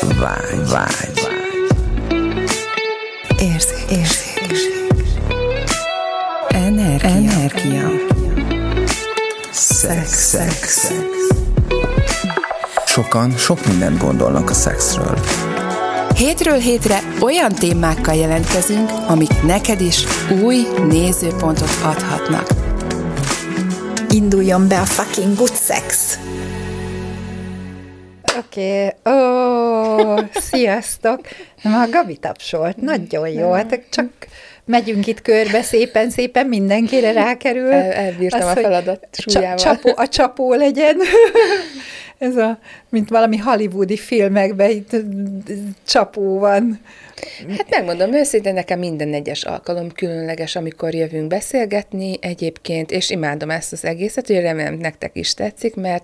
Vágy. Érzék. Energia. Szex. Sokan sok mindent gondolnak a szexről. Hétről hétre olyan témákkal jelentkezünk, amik neked is új nézőpontot adhatnak. Induljon be a fucking good sex! Oké. Sziasztok! Na, a Gabi tapsolt, nagyon jó. Hát csak megyünk itt körbe, szépen mindenkire rákerül. Elbírtam a feladat súlyával. A csapó legyen. Ez mint valami hollywoodi filmekben, itt csapó van. Hát megmondom őszintén, nekem minden egyes alkalom különleges, amikor jövünk beszélgetni egyébként, és imádom ezt az egészet, hogy remélem nektek is tetszik, mert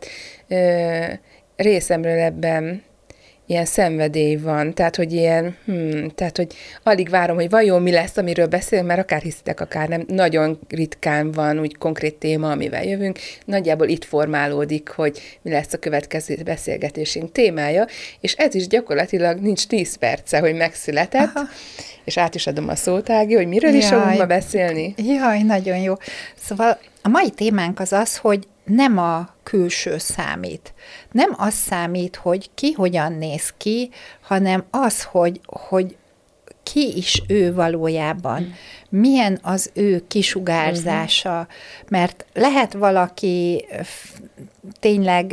részemről ebben ilyen szenvedély van, tehát, hogy alig várom, hogy vajon mi lesz, amiről beszélünk, mert akár hiszitek, akár nem, nagyon ritkán van úgy konkrét téma, amivel jövünk, nagyjából itt formálódik, hogy mi lesz a következő beszélgetésünk témája, és ez is gyakorlatilag nincs 10 perce, hogy megszületett, aha. És át is adom a szót, Ági, hogy miről is fogunk ma beszélni. Jaj, nagyon jó. Szóval a mai témánk az, hogy nem a külső számít. Nem az számít, hogy ki hogyan néz ki, hanem az, hogy ki is ő valójában. Milyen az ő kisugárzása. Mert lehet valaki tényleg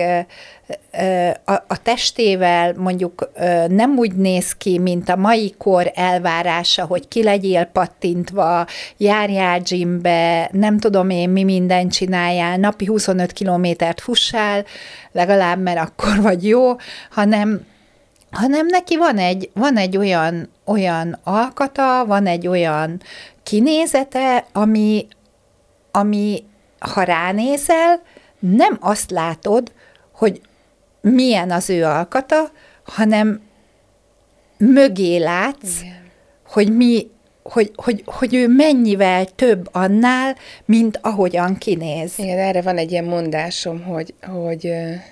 a testével mondjuk nem úgy néz ki, mint a mai kor elvárása, hogy ki legyél pattintva, járjál gymbe, nem tudom én, mi mindent csináljál, napi 25 kilométert fussál, legalább, mert akkor vagy jó, hanem neki van egy olyan alkata, van egy olyan kinézete, ami ha ránézel, nem azt látod, hogy milyen az ő alkata, hanem mögé látsz, igen. hogy ő mennyivel több annál, mint ahogyan kinéz. Igen, erre van egy ilyen mondásom, hogy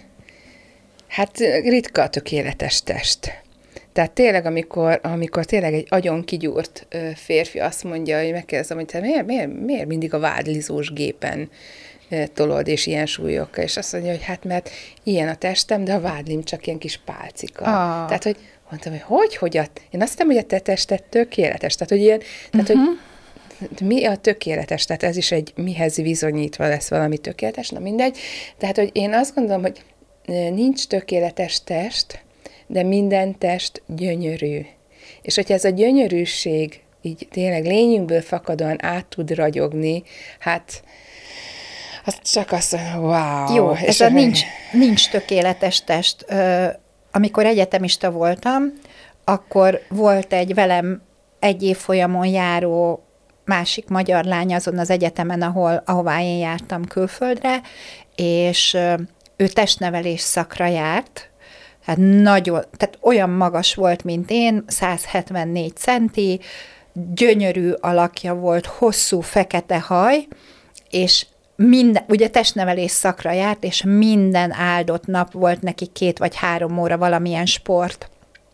hát ritka a tökéletes test. Tehát tényleg, amikor tényleg egy agyon kigyúrt férfi azt mondja, hogy megkérdezem, hogy te miért mindig a vádlizós gépen tolod, és ilyen súlyokkal, és azt mondja, hogy hát mert ilyen a testem, de a vádlim csak ilyen kis pálcika. Tehát, hogy mondtam, hogy én azt hittem, hogy a te tested tökéletes, tehát, hogy ilyen, tehát, hogy mi a tökéletes, tehát ez is egy mihez bizonyítva lesz valami tökéletes, na mindegy. Tehát, hogy én azt gondolom, hogy nincs tökéletes test, de minden test gyönyörű. És hogyha ez a gyönyörűség így tényleg lényünkből fakadóan át tud ragyogni, hát az csak azt mondja, wow. Jó, ez nincs tökéletes test. Amikor egyetemista voltam, akkor volt egy velem egy évfolyamon járó másik magyar lány azon az egyetemen, ahová én jártam külföldre, és ő testnevelés szakra járt, tehát olyan magas volt, mint én, 174 centi, gyönyörű alakja volt, hosszú fekete haj, és ugye testnevelés szakra járt, és minden áldott nap volt neki 2 vagy 3 óra valamilyen sport.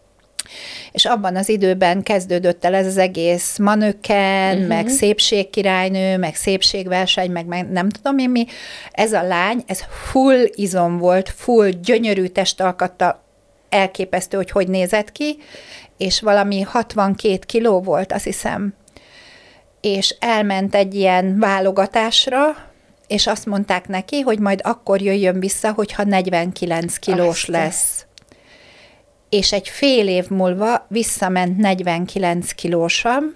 És abban az időben kezdődött el ez az egész manöken, meg szépségkirálynő, meg szépségverseny, meg nem tudom én mi. Ez a lány, ez full izom volt, full gyönyörű testalkattal, elképesztő, hogy nézett ki, és valami 62 kiló volt, azt hiszem. És elment egy ilyen válogatásra, és azt mondták neki, hogy majd akkor jöjjön vissza, hogyha 49 kilós lesz. És egy fél év múlva visszament 49 kilósan.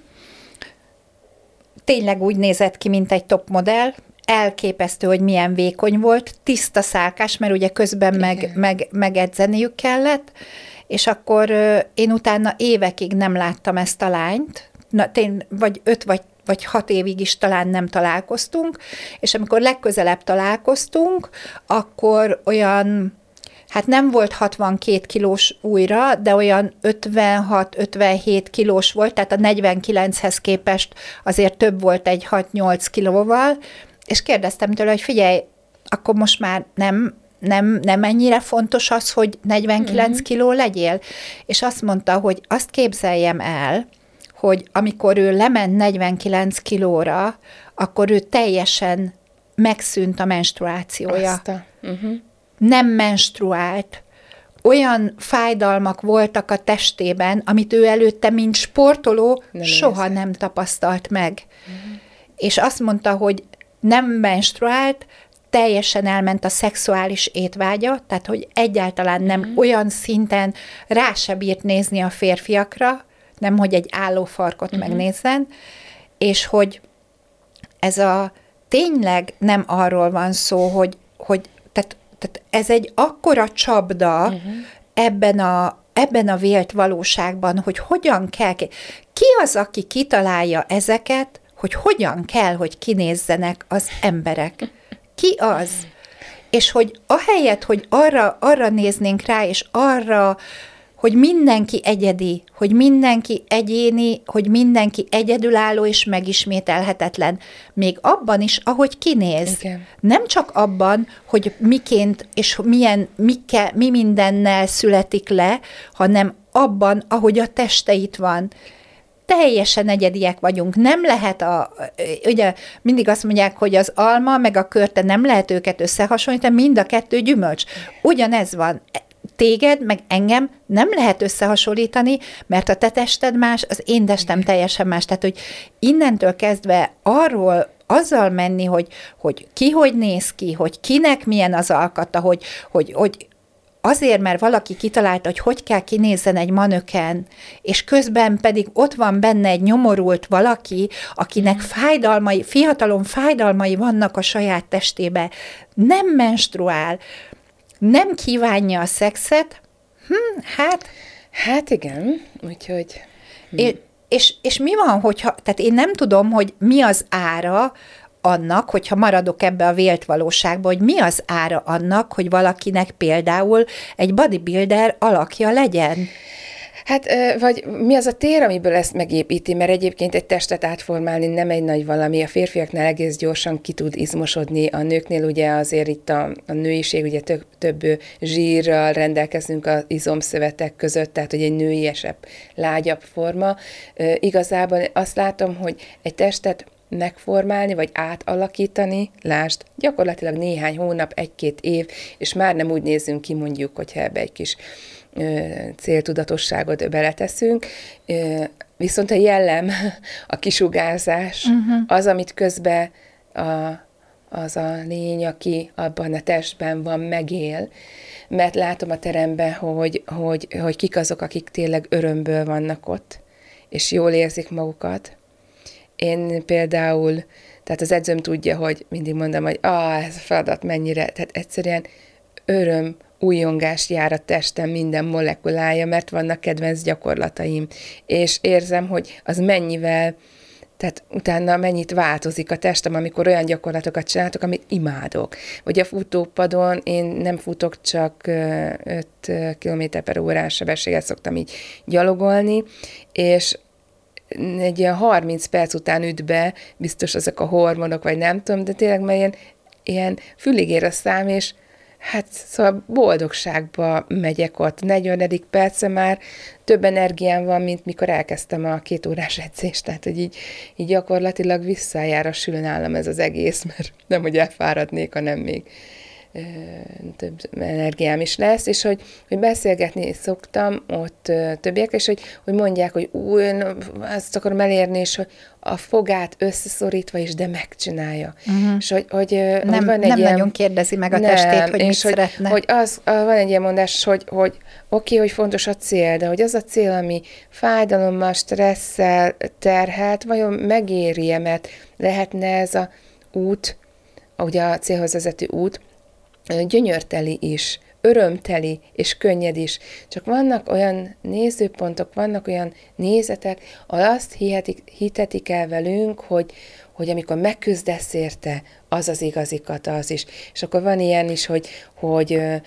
Tényleg úgy nézett ki, mint egy topmodell. Elképesztő, hogy milyen vékony volt. Tiszta szálkás, mert ugye közben megedzeniük kellett. És akkor én utána évekig nem láttam ezt a lányt. Vagy 5 vagy 6 évig is talán nem találkoztunk, és amikor legközelebb találkoztunk, akkor olyan, hát nem volt 62 kilós újra, de olyan 56-57 kilós volt, tehát a 49-hez képest azért több volt egy 6-8 kilóval, és kérdeztem tőle, hogy figyelj, akkor most már nem ennyire fontos az, hogy 49 kiló legyél? És azt mondta, hogy azt képzeljem el, hogy amikor ő lement 49 kilóra, akkor ő teljesen megszűnt a menstruációja. Nem menstruált. Olyan fájdalmak voltak a testében, amit ő előtte, mint sportoló, soha nem tapasztalt meg. És azt mondta, hogy nem menstruált, teljesen elment a szexuális étvágya, tehát hogy egyáltalán nem olyan szinten rá se bírt nézni a férfiakra, nem hogy egy álló farkot megnézzen, és hogy ez a tényleg nem arról van szó, hogy tehát ez egy akkora csapda ebben a vélt valóságban, hogy hogyan kell, ki az, aki kitalálja ezeket, hogy hogyan kell, hogy kinézzenek az emberek. Ki az? És hogy ahelyett, hogy arra néznénk rá, és arra, hogy mindenki egyedi, hogy mindenki egyéni, hogy mindenki egyedülálló és megismételhetetlen. Még abban is, ahogy kinéz. Igen. Nem csak abban, hogy miként és mi mindennel születik le, hanem abban, ahogy a teste itt van. Teljesen egyediek vagyunk. Nem lehet ugye mindig azt mondják, hogy az alma meg a körte, nem lehet őket összehasonlítani, mind a kettő gyümölcs. Ugyanez van. Téged, meg engem nem lehet összehasonlítani, mert a te tested más, az én testem teljesen más. Tehát, hogy innentől kezdve azzal menni, hogy ki hogy néz ki, hogy kinek milyen az alkata, hogy azért, mert valaki kitalálta, hogy kell kinézzen egy manöken, és közben pedig ott van benne egy nyomorult valaki, akinek fiatalon fájdalmai vannak a saját testébe, nem menstruál, nem kívánja a szexet, Hát igen, úgyhogy... És mi van, tehát én nem tudom, hogy mi az ára annak, hogyha maradok ebbe a vélt valóságba, hogy mi az ára annak, hogy valakinek például egy bodybuilder alakja legyen. Hát, vagy mi az a tér, amiből ezt megépíti, mert egyébként egy testet átformálni nem egy nagy valami, a férfiaknál egész gyorsan ki tud izmosodni, a nőknél ugye azért itt a nőiség, ugye több zsírral rendelkezünk az izomszövetek között, tehát hogy egy nőiesebb, lágyabb forma. Igazából azt látom, hogy egy testet megformálni, vagy átalakítani, lásd, gyakorlatilag néhány hónap, 1-2 év, és már nem úgy nézzünk ki, mondjuk, hogyha ebbe egy kis céltudatosságot beleteszünk, viszont a jellem, a kisugárzás, az, amit közben az a lény, aki abban a testben van, megél, mert látom a teremben, hogy kik azok, akik tényleg örömből vannak ott, és jól érzik magukat. Én például, tehát az edzőm tudja, hogy mindig mondom, hogy ez a feladat mennyire, tehát egyszerűen öröm, újongás jár a testem minden molekulája, mert vannak kedvenc gyakorlataim, és érzem, hogy az mennyivel, tehát utána mennyit változik a testem, amikor olyan gyakorlatokat csináltok, amit imádok. Vagy a futópadon én nem futok, csak 5 km/h sebességgel szoktam így gyalogolni, és egy ilyen 30 perc után üt be, biztos ezek a hormonok, vagy nem tudom, de tényleg már ilyen fülig ér a szám, és hát szóval boldogságba megyek ott. 40. perce már több energiám van, mint mikor elkezdtem a 2 órás edzést, tehát hogy így gyakorlatilag visszajárasül nálam ez az egész, mert nem, hogy elfáradnék, hanem még több energiám is lesz, és hogy beszélgetni szoktam ott többiek, és hogy mondják, hogy azt akarom elérni, és hogy a fogát összeszorítva is, de megcsinálja. És hogy nem van egy ilyen, nagyon kérdezi meg a testét, hogy mit szeretne. Hogy van egy ilyen mondás, hogy oké, hogy fontos a cél, de hogy az a cél, ami fájdalommal, stresszel terhelt, vajon megéri-e, mert lehetne ez a út, ugye a célhoz vezető út, gyönyörteli is, örömteli és könnyed is. Csak vannak olyan nézőpontok, vannak olyan nézetek, ahol azt hitetik el velünk, hogy amikor megküzdesz érte, az az igazi kata, az is. És akkor van ilyen is, hogy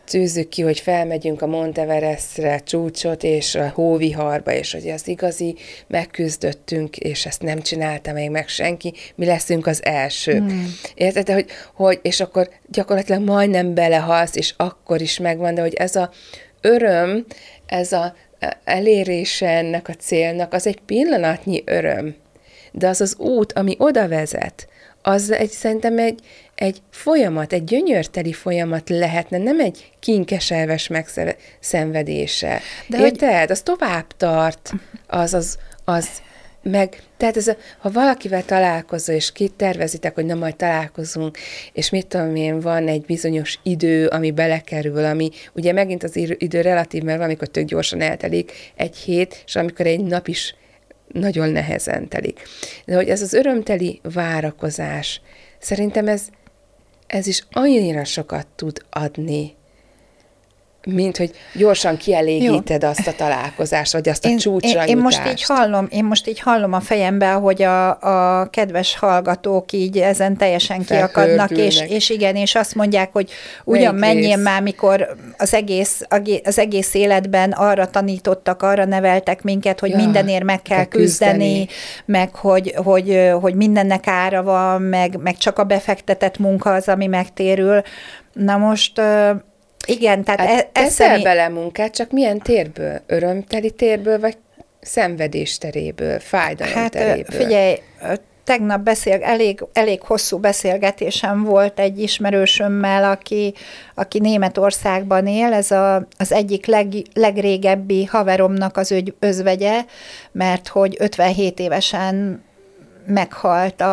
tűzzük ki, hogy felmegyünk a Monteverestre csúcsot, és a hóviharba, és hogy az igazi megküzdöttünk, és ezt nem csinálta még meg senki, mi leszünk az elsők. Érted? Hogy, és akkor gyakorlatilag majdnem belehalsz, és akkor is megvan, de hogy ez a öröm, ez a elérése ennek a célnak, az egy pillanatnyi öröm, de az az út, ami oda vezet, az szerintem egy folyamat, egy gyönyörteli folyamat lehetne, nem egy kinkeselves megszenvedése. De érted? Az tovább tart, az meg, tehát ha valakivel találkozol, és tervezitek, hogy na majd találkozunk, és mit tudom én, van egy bizonyos idő, ami belekerül, ami ugye megint az idő relatív, mert valamikor tök gyorsan eltelik egy hét, és amikor egy nap is nagyon nehezen telik. De hogy ez az örömteli várakozás, szerintem ez is annyira sokat tud adni, mint hogy gyorsan kielégíted azt a találkozást, vagy azt a csúcsra jutást. Én most így hallom a fejembe, hogy a kedves hallgatók így ezen teljesen kiakadnak, és igen, és azt mondják, hogy ugyan menjél már, mikor az egész életben arra tanítottak, arra neveltek minket, hogy mindenért meg kell küzdeni, meg hogy mindennek ára van, meg csak a befektetett munka az, ami megtérül. Na most... Igen, tehát hát teszel bele munkát, csak milyen térből? Örömteli térből, vagy szenvedés teréből, fájdalom teréből? Figyelj, tegnap elég hosszú beszélgetésem volt egy ismerősömmel, aki Németországban él, ez az egyik legrégebbi haveromnak az özvegye, mert hogy 57 évesen meghalt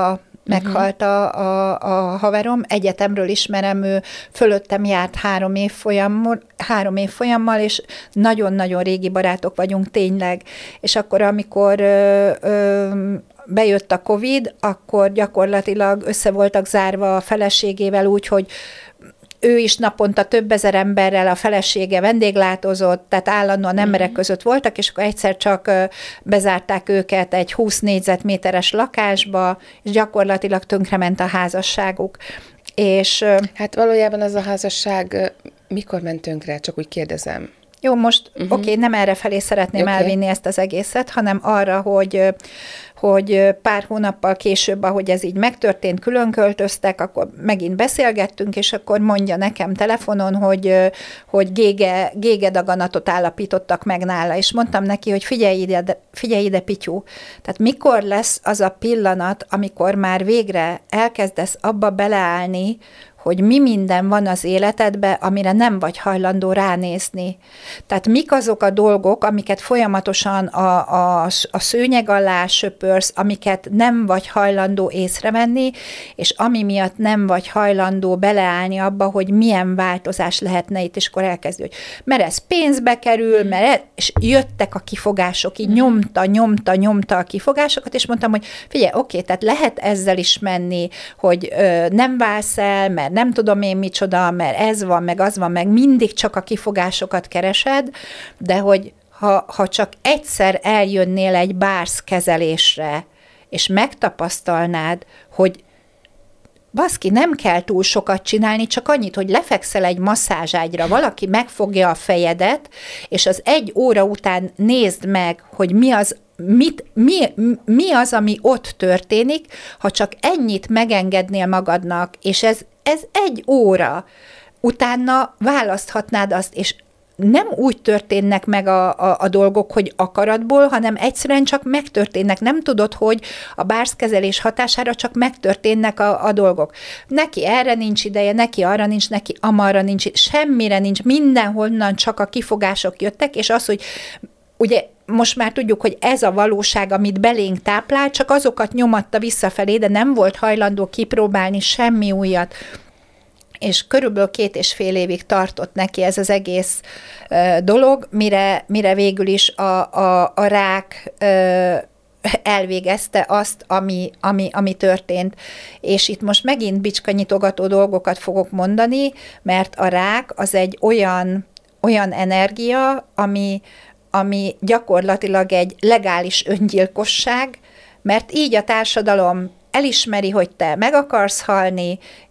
a haverom, egyetemről ismerem, ő fölöttem járt 3 évfolyammal, és nagyon-nagyon régi barátok vagyunk tényleg. És akkor, amikor bejött a Covid, akkor gyakorlatilag össze voltak zárva a feleségével úgy, hogy ő is naponta több ezer emberrel, a felesége vendéglátozott, tehát állandóan emberek között voltak, és akkor egyszer csak bezárták őket egy 20 négyzetméteres lakásba, és gyakorlatilag tönkrement a házasságuk. És, hát valójában az a házasság mikor ment tönkre? Csak úgy kérdezem. Jó, most oké, nem erre felé szeretném elvinni ezt az egészet, hanem arra, hogy pár hónappal később, ahogy ez így megtörtént, külön költöztek, akkor megint beszélgettünk, és akkor mondja nekem telefonon, hogy gégedaganatot állapítottak meg nála, és mondtam neki, hogy figyelj ide, Pityu, tehát mikor lesz az a pillanat, amikor már végre elkezdesz abba beleállni, hogy mi minden van az életedben, amire nem vagy hajlandó ránézni. Tehát mik azok a dolgok, amiket folyamatosan a szőnyeg alá söpörsz, amiket nem vagy hajlandó észrevenni, és ami miatt nem vagy hajlandó beleállni abba, hogy milyen változás lehetne itt, és akkor elkezdő, hogy mert ez pénzbe kerül, és jöttek a kifogások, így nyomta a kifogásokat, és mondtam, hogy figyelj, oké, tehát lehet ezzel is menni, hogy nem válsz el, mert nem tudom én micsoda, mert ez van, meg az van, meg mindig csak a kifogásokat keresed, de hogy ha csak egyszer eljönnél egy bársz kezelésre, és megtapasztalnád, hogy baszki, nem kell túl sokat csinálni, csak annyit, hogy lefekszel egy masszázságyra, valaki megfogja a fejedet, és az 1 óra után nézd meg, hogy mi az, ami ott történik, ha csak ennyit megengednél magadnak, és ez 1 óra. Utána választhatnád azt, és nem úgy történnek meg a dolgok, hogy akaratból, hanem egyszerűen csak megtörténnek. Nem tudod, hogy a bárszkezelés hatására csak megtörténnek a dolgok. Neki erre nincs ideje, neki arra nincs, neki amarra nincs, semmire nincs, mindenhonnan csak a kifogások jöttek, és az, hogy ugye most már tudjuk, hogy ez a valóság, amit belénk táplál, csak azokat nyomatta visszafelé, de nem volt hajlandó kipróbálni semmi újat. És körülbelül 2,5 évig tartott neki ez az egész dolog, mire végül is a rák elvégezte azt, ami történt. És itt most megint bicskanyitogató dolgokat fogok mondani, mert a rák az egy olyan energia, ami gyakorlatilag egy legális öngyilkosság, mert így a társadalom elismeri, hogy te meg akarsz halni,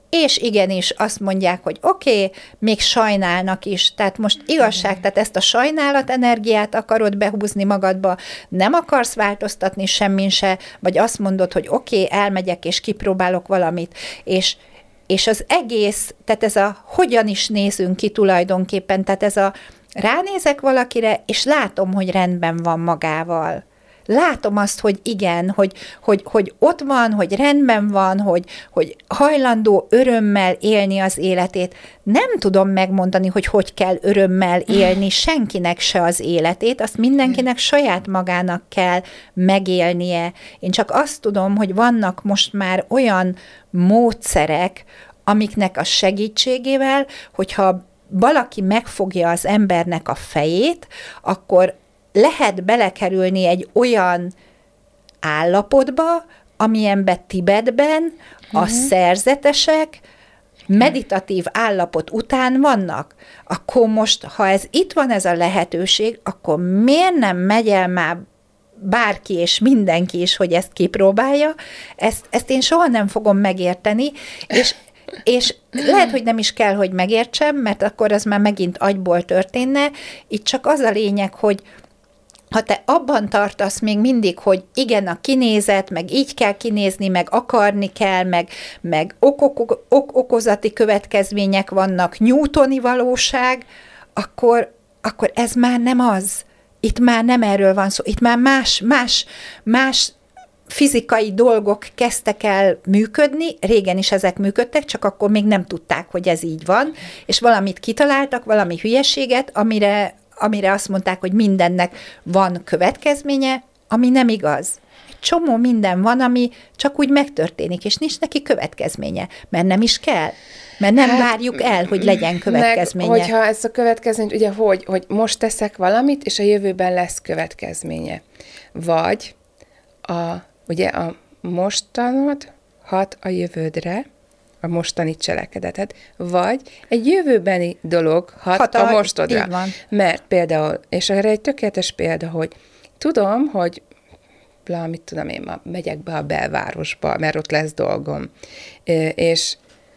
és igenis azt mondják, hogy oké, még sajnálnak is. Tehát most igazság, tehát ezt a sajnálat energiát akarod behúzni magadba, nem akarsz változtatni semmin se, vagy azt mondod, hogy oké, elmegyek és kipróbálok valamit, és az egész, tehát ez a hogyan is nézünk ki tulajdonképpen, tehát ez a ránézek valakire, és látom, hogy rendben van magával. Látom azt, hogy igen, hogy ott van, hogy rendben van, hogy hajlandó örömmel élni az életét. Nem tudom megmondani, hogy kell örömmel élni senkinek se az életét, azt mindenkinek saját magának kell megélnie. Én csak azt tudom, hogy vannak most már olyan módszerek, amiknek a segítségével, hogyha valaki megfogja az embernek a fejét, akkor lehet belekerülni egy olyan állapotba, amilyenben Tibetben a szerzetesek meditatív állapot után vannak. Akkor most, ha itt van ez a lehetőség, akkor miért nem megy el már bárki és mindenki is, hogy ezt kipróbálja? Ezt én soha nem fogom megérteni, és lehet, hogy nem is kell, hogy megértsem, mert akkor az már megint agyból történne. Itt csak az a lényeg, hogy ha te abban tartasz még mindig, hogy igen, a kinézet, meg így kell kinézni, meg akarni kell, meg okozati következmények vannak, newtoni valóság, akkor ez már nem az. Itt már nem erről van szó. Itt már más fizikai dolgok kezdtek el működni, régen is ezek működtek, csak akkor még nem tudták, hogy ez így van, és valamit kitaláltak, valami hülyeséget, amire azt mondták, hogy mindennek van következménye, ami nem igaz. Egy csomó minden van, ami csak úgy megtörténik, és nincs neki következménye, mert nem is kell. Mert nem várjuk el, hogy legyen következménye. Meg, hogyha ez a következmény, ugye, hogy most teszek valamit, és a jövőben lesz következménye. Vagy ugye a mostanod hat a jövődre, a mostani cselekedetet, vagy egy jövőbeni dolog hat a mostodra. Mert például, és erre egy tökéletes példa, hogy tudom, hogy mit tudom én, ma megyek be a belvárosba, mert ott lesz dolgom. És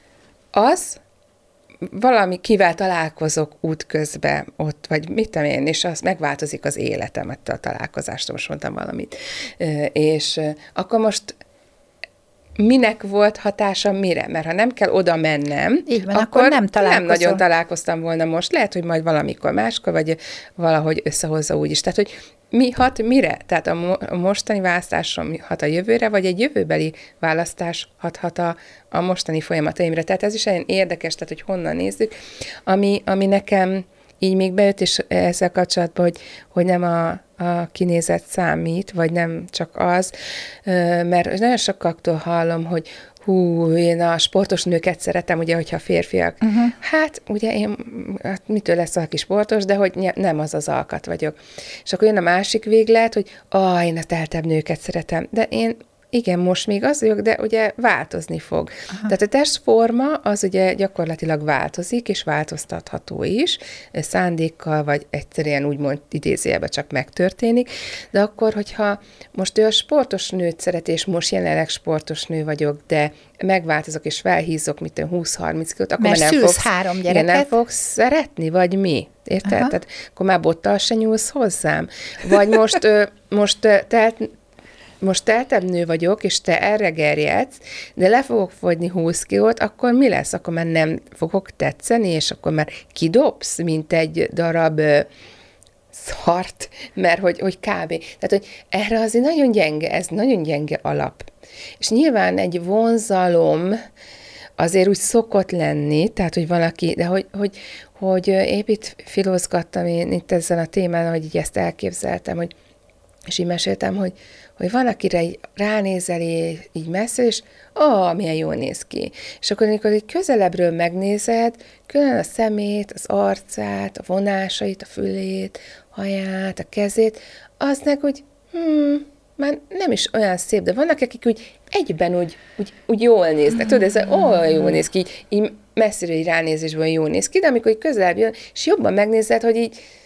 az kivel találkozok útközben ott, vagy mit tudom én, és az megváltozik az életem ettől a találkozástól, most mondtam valamit. És akkor most minek volt hatása mire? Mert ha nem kell oda mennem, így van, akkor nem nagyon találkoztam volna most. Lehet, hogy majd valamikor máskor, vagy valahogy összehozza úgy is. Tehát, hogy mi hat mire? Tehát a mostani választásom hat a jövőre, vagy egy jövőbeli választás hathat a mostani folyamataimra. Tehát ez is olyan érdekes, tehát hogy honnan nézzük, ami nekem így még bejött, és ezzel kapcsolatban, hogy nem a kinézet számít, vagy nem csak az, mert nagyon sokaktól hallom, hogy én a sportos nőket szeretem, ugye, hogyha férfiak. Hát, ugye én, mitől lesz valaki sportos, de hogy nem az alkat vagyok. És akkor jön a másik véglet, hogy én a teltebb nőket szeretem, de én igen, most még az vagyok, de ugye változni fog. Aha. Tehát a testforma az ugye gyakorlatilag változik, és változtatható is, szándékkal, vagy egyszerűen úgymond idézőjelben csak megtörténik, de akkor, hogyha most ő a sportos nőt szeret, és most jelenleg sportos nő vagyok, de megváltozok, és felhízok, 20-30 kilót, akkor mert szülsz 3 gyereket. Nem fogsz szeretni, vagy mi? Érted? Tehát akkor már bottal se nyúlsz hozzám. Vagy most teltebb nő vagyok, és te erre gerjedsz, de le fogok fogyni 20 kilót, akkor mi lesz? Akkor már nem fogok tetszeni, és akkor már kidobsz, mint egy darab szart, mert hogy kb. Tehát, hogy erre azért nagyon gyenge, ez nagyon gyenge alap. És nyilván egy vonzalom azért úgy szokott lenni, tehát, hogy valaki, de hogy épp itt filózgattam én itt ezzel a témán, hogy így ezt elképzeltem, és így meséltem, hogy van, akire így ránézel így messze, és milyen jól néz ki. És akkor, amikor így közelebbről megnézed, külön a szemét, az arcát, a vonásait, a fülét, haját, a kezét, aznak úgy, már nem is olyan szép, de vannak, akik úgy egyben úgy jól néznek. Tudod, ez olyan jól néz ki, így messziről így ránézésből jól néz ki, de amikor így közelebb jön, és jobban megnézed, hogy így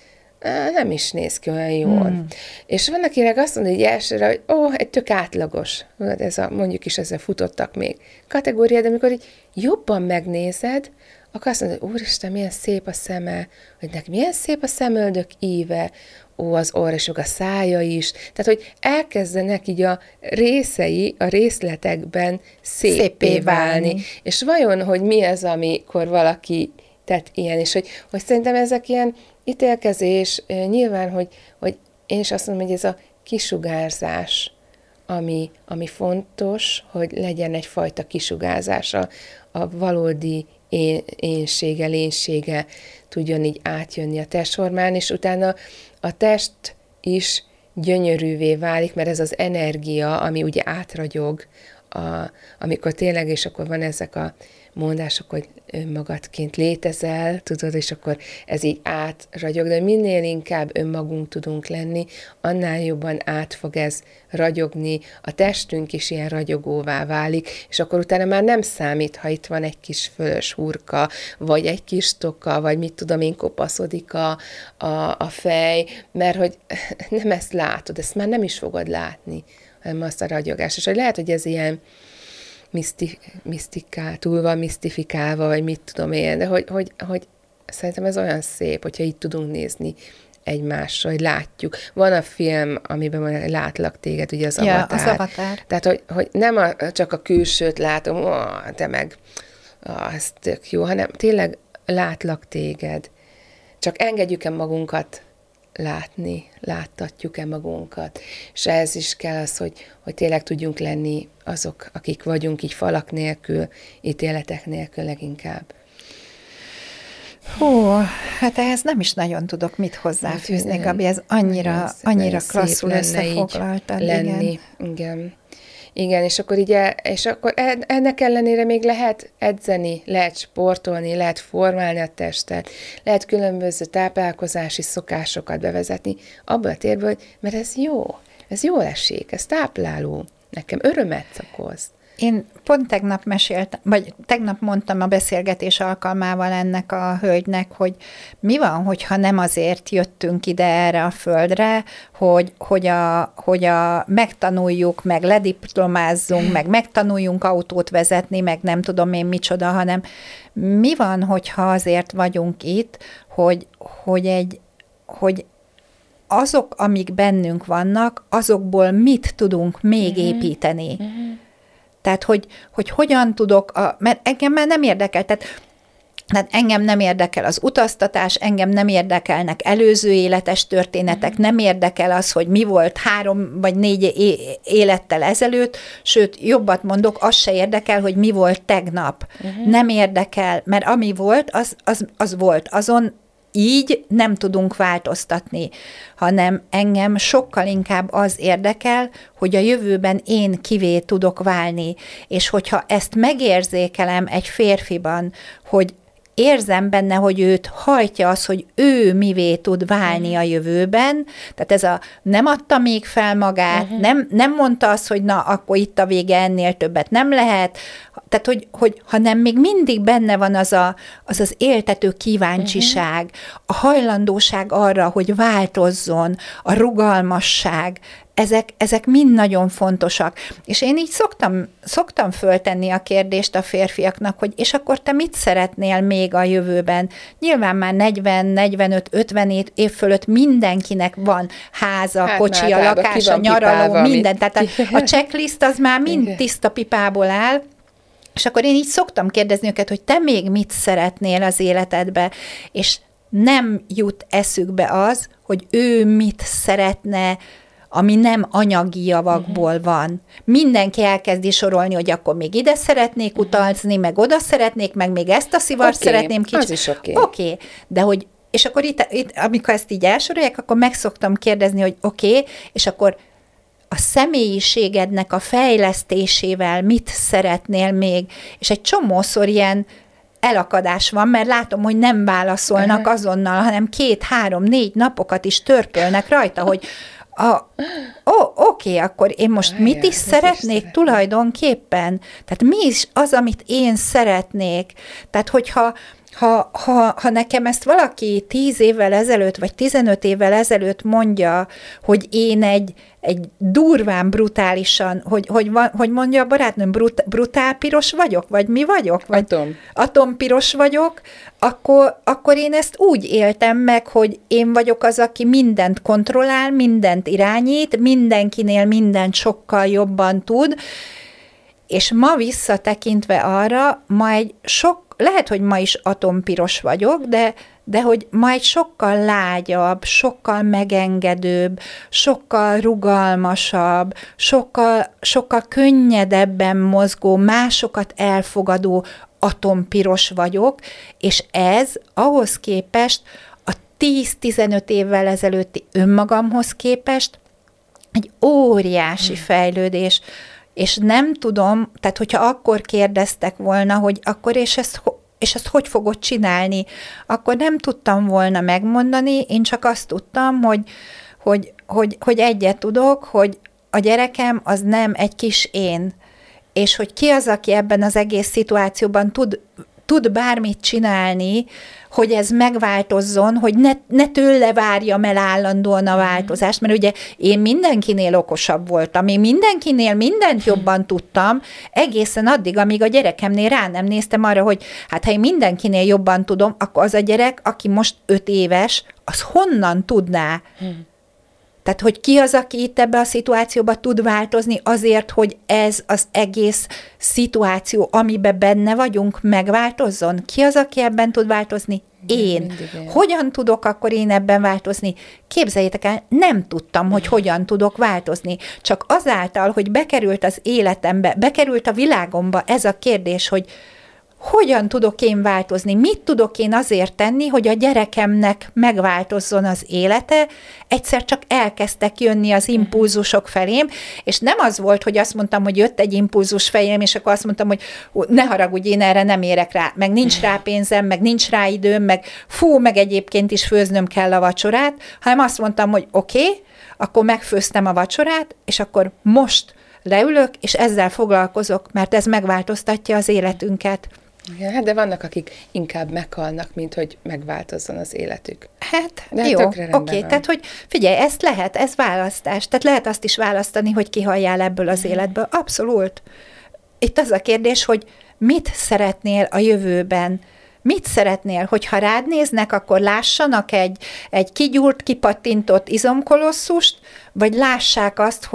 nem is néz ki olyan jól. És van, akinek azt mondja, hogy elsőre, hogy egy tök átlagos, mondjuk is ezzel futottak még kategória, de amikor így jobban megnézed, akkor azt mondod, hogy úristen, milyen szép a szeme, hogy neki milyen szép a szemöldök íve, az orr és a szája is. Tehát, hogy elkezdenek így a részei, a részletekben szépé válni. És vajon, hogy mi az, amikor valaki tett ilyen, és hogy szerintem ezek ilyen ítélkezés, nyilván, hogy én is azt mondom, hogy ez a kisugárzás, ami fontos, hogy legyen egyfajta kisugárzás, a valódi énsége, lénysége tudjon így átjönni a testformán, és utána a test is gyönyörűvé válik, mert ez az energia, ami ugye átragyog, amikor tényleg, és akkor van ezek a mondások, hogy önmagadként létezel, tudod, és akkor ez így átragyog, de minél inkább önmagunk tudunk lenni, annál jobban át fog ez ragyogni, a testünk is ilyen ragyogóvá válik, és akkor utána már nem számít, ha itt van egy kis fölös hurka, vagy egy kis toka, vagy mit tudom én, kopaszodik a fej, mert hogy nem ezt látod, ezt már nem is fogod látni, hanem azt a ragyogást. És hogy lehet, hogy ez ilyen túl van misztifikálva, vagy mit tudom én, de hogy szerintem ez olyan szép, hogyha így tudunk nézni egymásra, hogy látjuk. Van a film, amiben van, hogy látlak téged, ugye az Avatar. Az Avatar. Tehát, hogy nem csak a külsőt látom, te meg, ez tök jó, hanem tényleg látlak téged. Csak engedjük-e magunkat látni, láttatjuk-e magunkat. És ez is kell az, hogy tényleg tudjunk lenni azok, akik vagyunk, így falak nélkül, ítéletek nélkül leginkább. Hú, hát ehhez nem is nagyon tudok mit hozzáfűzni, Gabi, ez annyira klasszul összefoglaltad. Lenni, igen, és akkor ennek ellenére még lehet edzeni, lehet sportolni, lehet formálni a testet, lehet különböző táplálkozási szokásokat bevezetni abból a térből, mert ez jól esik, ez tápláló, nekem örömet okoz. Én pont tegnap mondtam a beszélgetés alkalmával ennek a hölgynek, hogy mi van, hogyha nem azért jöttünk ide erre a földre, hogy megtanuljuk, meg lediplomázzunk, meg megtanuljunk autót vezetni, meg nem tudom én micsoda, hanem mi van, hogyha azért vagyunk itt, hogy azok, amik bennünk vannak, azokból mit tudunk még építeni. Tehát, hogy hogyan tudok, mert engem már nem érdekel, tehát engem nem érdekel az utaztatás, engem nem érdekelnek előző életes történetek, nem érdekel az, hogy mi volt 3 vagy 4 élettel ezelőtt, sőt, jobbat mondok, az se érdekel, hogy mi volt tegnap. Nem érdekel, mert ami volt, az volt. Azon így nem tudunk változtatni, hanem engem sokkal inkább az érdekel, hogy a jövőben én kivé tudok válni, és hogyha ezt megérzékelem egy férfiban, hogy érzem benne, hogy őt hajtja az, hogy ő mivé tud válni a jövőben, tehát ez a nem adta még fel magát, nem mondta azt, hogy na, akkor itt a vége, ennél többet nem lehet, tehát, hanem még mindig benne van az éltető kíváncsiság, a hajlandóság arra, hogy változzon, a rugalmasság, ezek mind nagyon fontosak. És én így szoktam föltenni a kérdést a férfiaknak, hogy és akkor te mit szeretnél még a jövőben? Nyilván már 40, 45, 50 év fölött mindenkinek van háza, kocsia, lakása, nyaraló, minden. Tehát a checklist az már mind tiszta pipából áll, és akkor én így szoktam kérdezni őket, hogy te még mit szeretnél az életedbe, és nem jut eszükbe az, hogy ő mit szeretne, ami nem anyagi javakból van. Mindenki elkezdi sorolni, hogy akkor még ide szeretnék utazni, meg oda szeretnék, meg még ezt a szivart szeretném kicsit. Az is oké. De hogy, és akkor itt, amikor ezt így elsorolják, akkor meg szoktam kérdezni, hogy oké, és akkor a személyiségednek a fejlesztésével mit szeretnél még, és egy csomószor ilyen elakadás van, mert látom, hogy nem válaszolnak azonnal, hanem 2, 3, 4 napokat is törpölnek rajta, hogy oké, akkor én most mit is szeretnék tulajdonképpen? Tehát mi is az, amit én szeretnék? Tehát hogyha ha nekem ezt valaki 10 évvel ezelőtt, vagy 15 évvel ezelőtt mondja, hogy én egy durván, brutálisan, hogy mondja a barátnőm, brutálpiros vagyok, vagy mi vagyok? Vagy atompiros vagyok, akkor én ezt úgy éltem meg, hogy én vagyok az, aki mindent kontrollál, mindent irányít, mindenkinél mindent sokkal jobban tud, és ma visszatekintve arra, lehet, hogy ma is atompiros vagyok, de hogy ma egy sokkal lágyabb, sokkal megengedőbb, sokkal rugalmasabb, sokkal könnyedebben mozgó, másokat elfogadó atompiros vagyok, és ez ahhoz képest a 10-15 évvel ezelőtti önmagamhoz képest egy óriási fejlődés. És nem tudom, tehát hogyha akkor kérdeztek volna, hogy akkor és ezt hogy fogod csinálni, akkor nem tudtam volna megmondani, én csak azt tudtam, hogy egyet tudok, hogy a gyerekem az nem egy kis én, és hogy ki az, aki ebben az egész szituációban tud bármit csinálni, hogy ez megváltozzon, hogy ne tőle várjam el állandóan a változást, mert ugye én mindenkinél okosabb voltam, én mindenkinél mindent jobban tudtam, egészen addig, amíg a gyerekemnél rá nem néztem arra, hogy hát ha én mindenkinél jobban tudom, akkor az a gyerek, aki most 5 éves, az honnan tudná? Tehát, hogy ki az, aki itt ebbe a szituációba tud változni azért, hogy ez az egész szituáció, amiben benne vagyunk, megváltozzon? Ki az, aki ebben tud változni? Én. Hogyan tudok akkor én ebben változni? Képzeljétek el, nem tudtam, hogy hogyan tudok változni. Csak azáltal, hogy bekerült az életembe, bekerült a világomba ez a kérdés, hogy hogyan tudok én változni, mit tudok én azért tenni, hogy a gyerekemnek megváltozzon az élete, egyszer csak elkezdtek jönni az impulzusok felém, és nem az volt, hogy azt mondtam, hogy jött egy impulzus felém, és akkor azt mondtam, hogy ne haragudj, én erre nem érek rá, meg nincs rá pénzem, meg nincs rá időm, meg egyébként is főznöm kell a vacsorát, hanem azt mondtam, hogy oké, akkor megfőztem a vacsorát, és akkor most leülök, és ezzel foglalkozok, mert ez megváltoztatja az életünket. Ja, de vannak, akik inkább meghalnak, mint hogy megváltozzon az életük. Hát jó, oké, tehát hogy figyelj, ezt lehet, ez választás, tehát lehet azt is választani, hogy kihaljál ebből az életből, abszolút. Itt az a kérdés, hogy mit szeretnél a jövőben, mit szeretnél, hogyha rád néznek, akkor lássanak egy kigyúrt, kipattintott izomkolosszust, vagy lássák azt,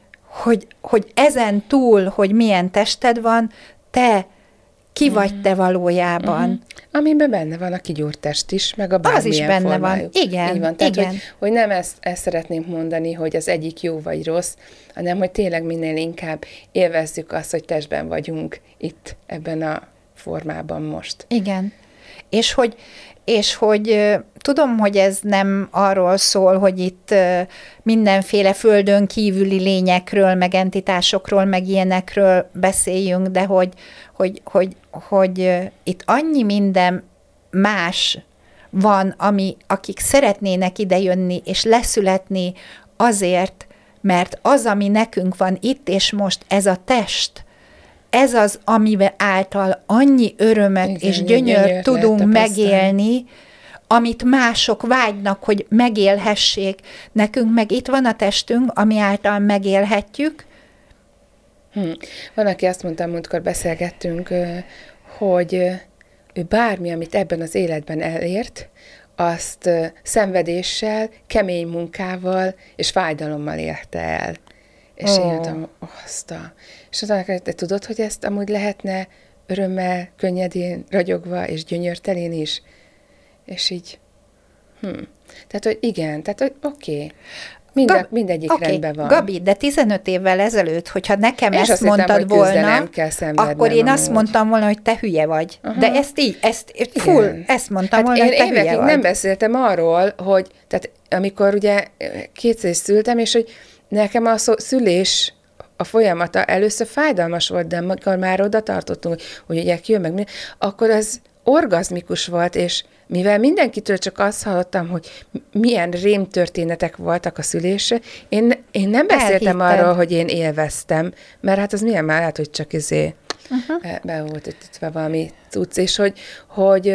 hogy ezen túl, hogy milyen tested van, te ki vagy te valójában. Amiben benne van a kigyúrt test is, meg a bármilyen az is benne formájuk. van. Igen, így van. Tehát, igen. Hogy nem ezt szeretném mondani, hogy az egyik jó vagy rossz, hanem hogy tényleg minél inkább élvezzük azt, hogy testben vagyunk itt ebben a formában most. Igen. És hogy tudom, hogy ez nem arról szól, hogy itt mindenféle földön kívüli lényekről, meg entitásokról, meg ilyenekről beszéljünk, de hogy itt annyi minden más van, akik szeretnének idejönni és leszületni azért, mert az, ami nekünk van itt és most, ez a test, ez az, amivel által annyi örömet igen, és gyönyört tudunk megélni, amit mások vágynak, hogy megélhessék. Nekünk meg itt van a testünk, ami által megélhetjük. Van, aki azt mondta, múltkor beszélgettünk, hogy ő bármi, amit ebben az életben elért, azt szenvedéssel, kemény munkával és fájdalommal érte el. És én jöttem, és aztán, te tudod, hogy ezt amúgy lehetne örömmel, könnyedén, ragyogva és gyönyörtelén is? És így, Tehát, hogy igen, tehát, hogy oké. Mindegyik rendben van. Gabi, de 15 évvel ezelőtt, hogyha nekem én ezt mondtad volna, akkor én azt mondtam volna, hogy te hülye vagy. Aha. De ezt mondtam volna, hogy te hülye vagy. Én évekig nem beszéltem arról, hogy, tehát amikor ugye kétszer szültem, és hogy nekem a szülés, a folyamata először fájdalmas volt, de amikor már oda tartottunk, hogy ugye jön meg, akkor az orgazmikus volt, és mivel mindenkitől csak azt hallottam, hogy milyen rémtörténetek voltak a szülésre, én nem beszéltem arról, hogy én élveztem, mert hát az milyen már lehet, hogy csak be volt ütetve valami cucc, és hogy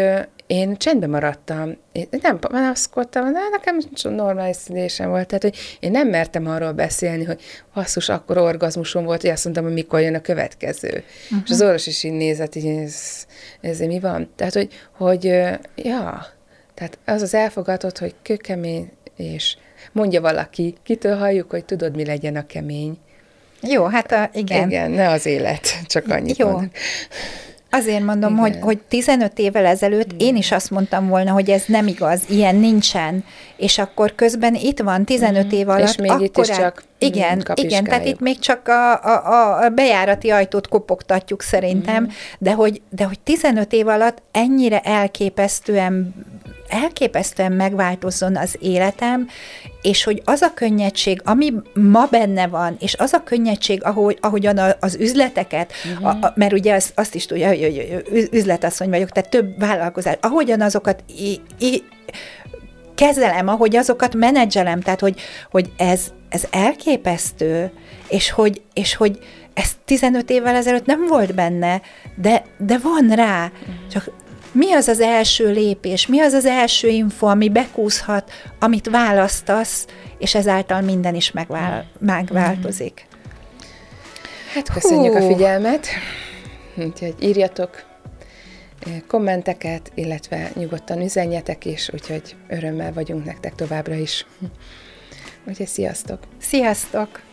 én csendben maradtam. Én nem panaszkodtam, nekem normális szülésem volt. Tehát, hogy én nem mertem arról beszélni, hogy basszus, akkor orgazmusom volt, hogy azt mondtam, hogy mikor jön a következő. És az orvos is így nézett, így ez mi van? Tehát, hogy ja, tehát az elfogadott, hogy kőkemény, és mondja valaki, kitől halljuk, hogy tudod, mi legyen a kemény. Jó, hát igen. Igen, ne az élet, csak annyit Jó. mondok. Azért mondom, hogy 15 évvel ezelőtt én is azt mondtam volna, hogy ez nem igaz, ilyen nincsen, és akkor közben itt van 15 év alatt. És még itt is csak igen, tehát itt még csak a bejárati ajtót kopogtatjuk szerintem, de hogy 15 év alatt ennyire elképesztően megváltozzon az életem, és hogy az a könnyedség, ami ma benne van, és az a könnyedség, ahogyan az üzleteket, mert ugye azt is tudja, hogy üzletasszony vagyok, tehát több vállalkozás, ahogyan azokat kezelem, ahogy azokat menedzselem, tehát hogy ez elképesztő, és hogy ez 15 évvel ezelőtt nem volt benne, de van rá, csak mi az az első lépés, mi az az első info, ami bekúszhat, amit választasz, és ezáltal minden is megváltozik. Hát köszönjük a figyelmet, úgyhogy írjatok kommenteket, illetve nyugodtan üzenjetek is, úgyhogy örömmel vagyunk nektek továbbra is. Úgyhogy sziasztok! Sziasztok!